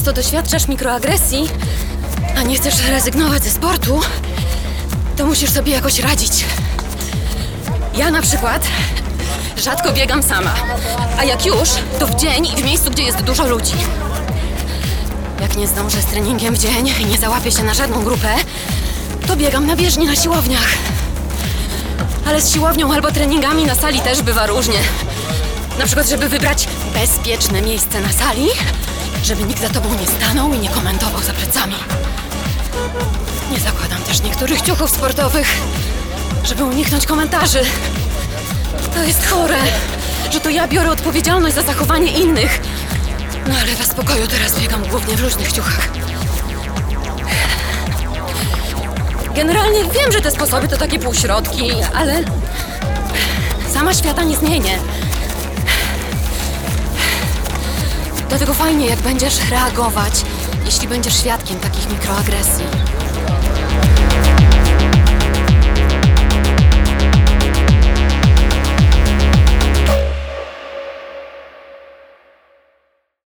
często doświadczasz mikroagresji, a nie chcesz rezygnować ze sportu, to musisz sobie jakoś radzić. Ja na przykład rzadko biegam sama, a jak już, to w dzień i w miejscu, gdzie jest dużo ludzi. Jak nie zdążę z treningiem w dzień i nie załapię się na żadną grupę, to biegam na bieżni na siłowniach. Ale z siłownią albo treningami na sali też bywa różnie. Na przykład, żeby wybrać bezpieczne miejsce na sali, żeby nikt za tobą nie stanął i nie komentował za plecami. Nie zakładam też niektórych ciuchów sportowych, żeby uniknąć komentarzy. To jest chore, że to ja biorę odpowiedzialność za zachowanie innych. No ale w spokoju teraz biegam głównie w luźnych ciuchach. Generalnie wiem, że te sposoby to takie półśrodki, ale sama świata nie zmienię. Dlatego fajnie, jak będziesz reagować, jeśli będziesz świadkiem takich mikroagresji.